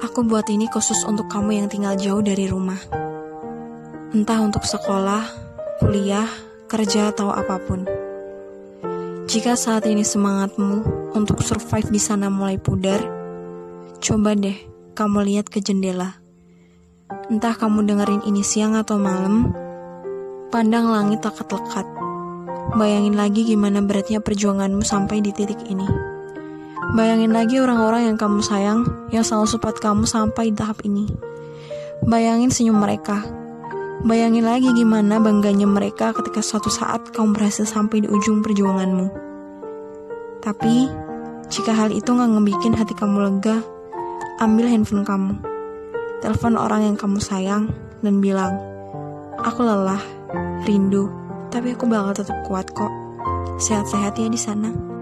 Aku buat ini khusus untuk kamu yang tinggal jauh dari rumah. Entah untuk sekolah, kuliah, kerja, atau apapun. Jika saat ini semangatmu untuk survive di sana mulai pudar, coba deh kamu lihat ke jendela. Entah kamu dengerin ini siang atau malam, pandang langit lekat-lekat. Bayangin lagi gimana beratnya perjuanganmu sampai di titik ini. Bayangin lagi orang-orang yang kamu sayang, yang selalu support kamu sampai di tahap ini. Bayangin senyum mereka. Bayangin lagi gimana bangganya mereka ketika suatu saat kamu berhasil sampai di ujung perjuanganmu. Tapi, jika hal itu gak ngebikin hati kamu lega, ambil handphone kamu. Telepon orang yang kamu sayang dan bilang, "Aku lelah, rindu, tapi aku bakal tetap kuat kok. Sehat-sehat ya di sana."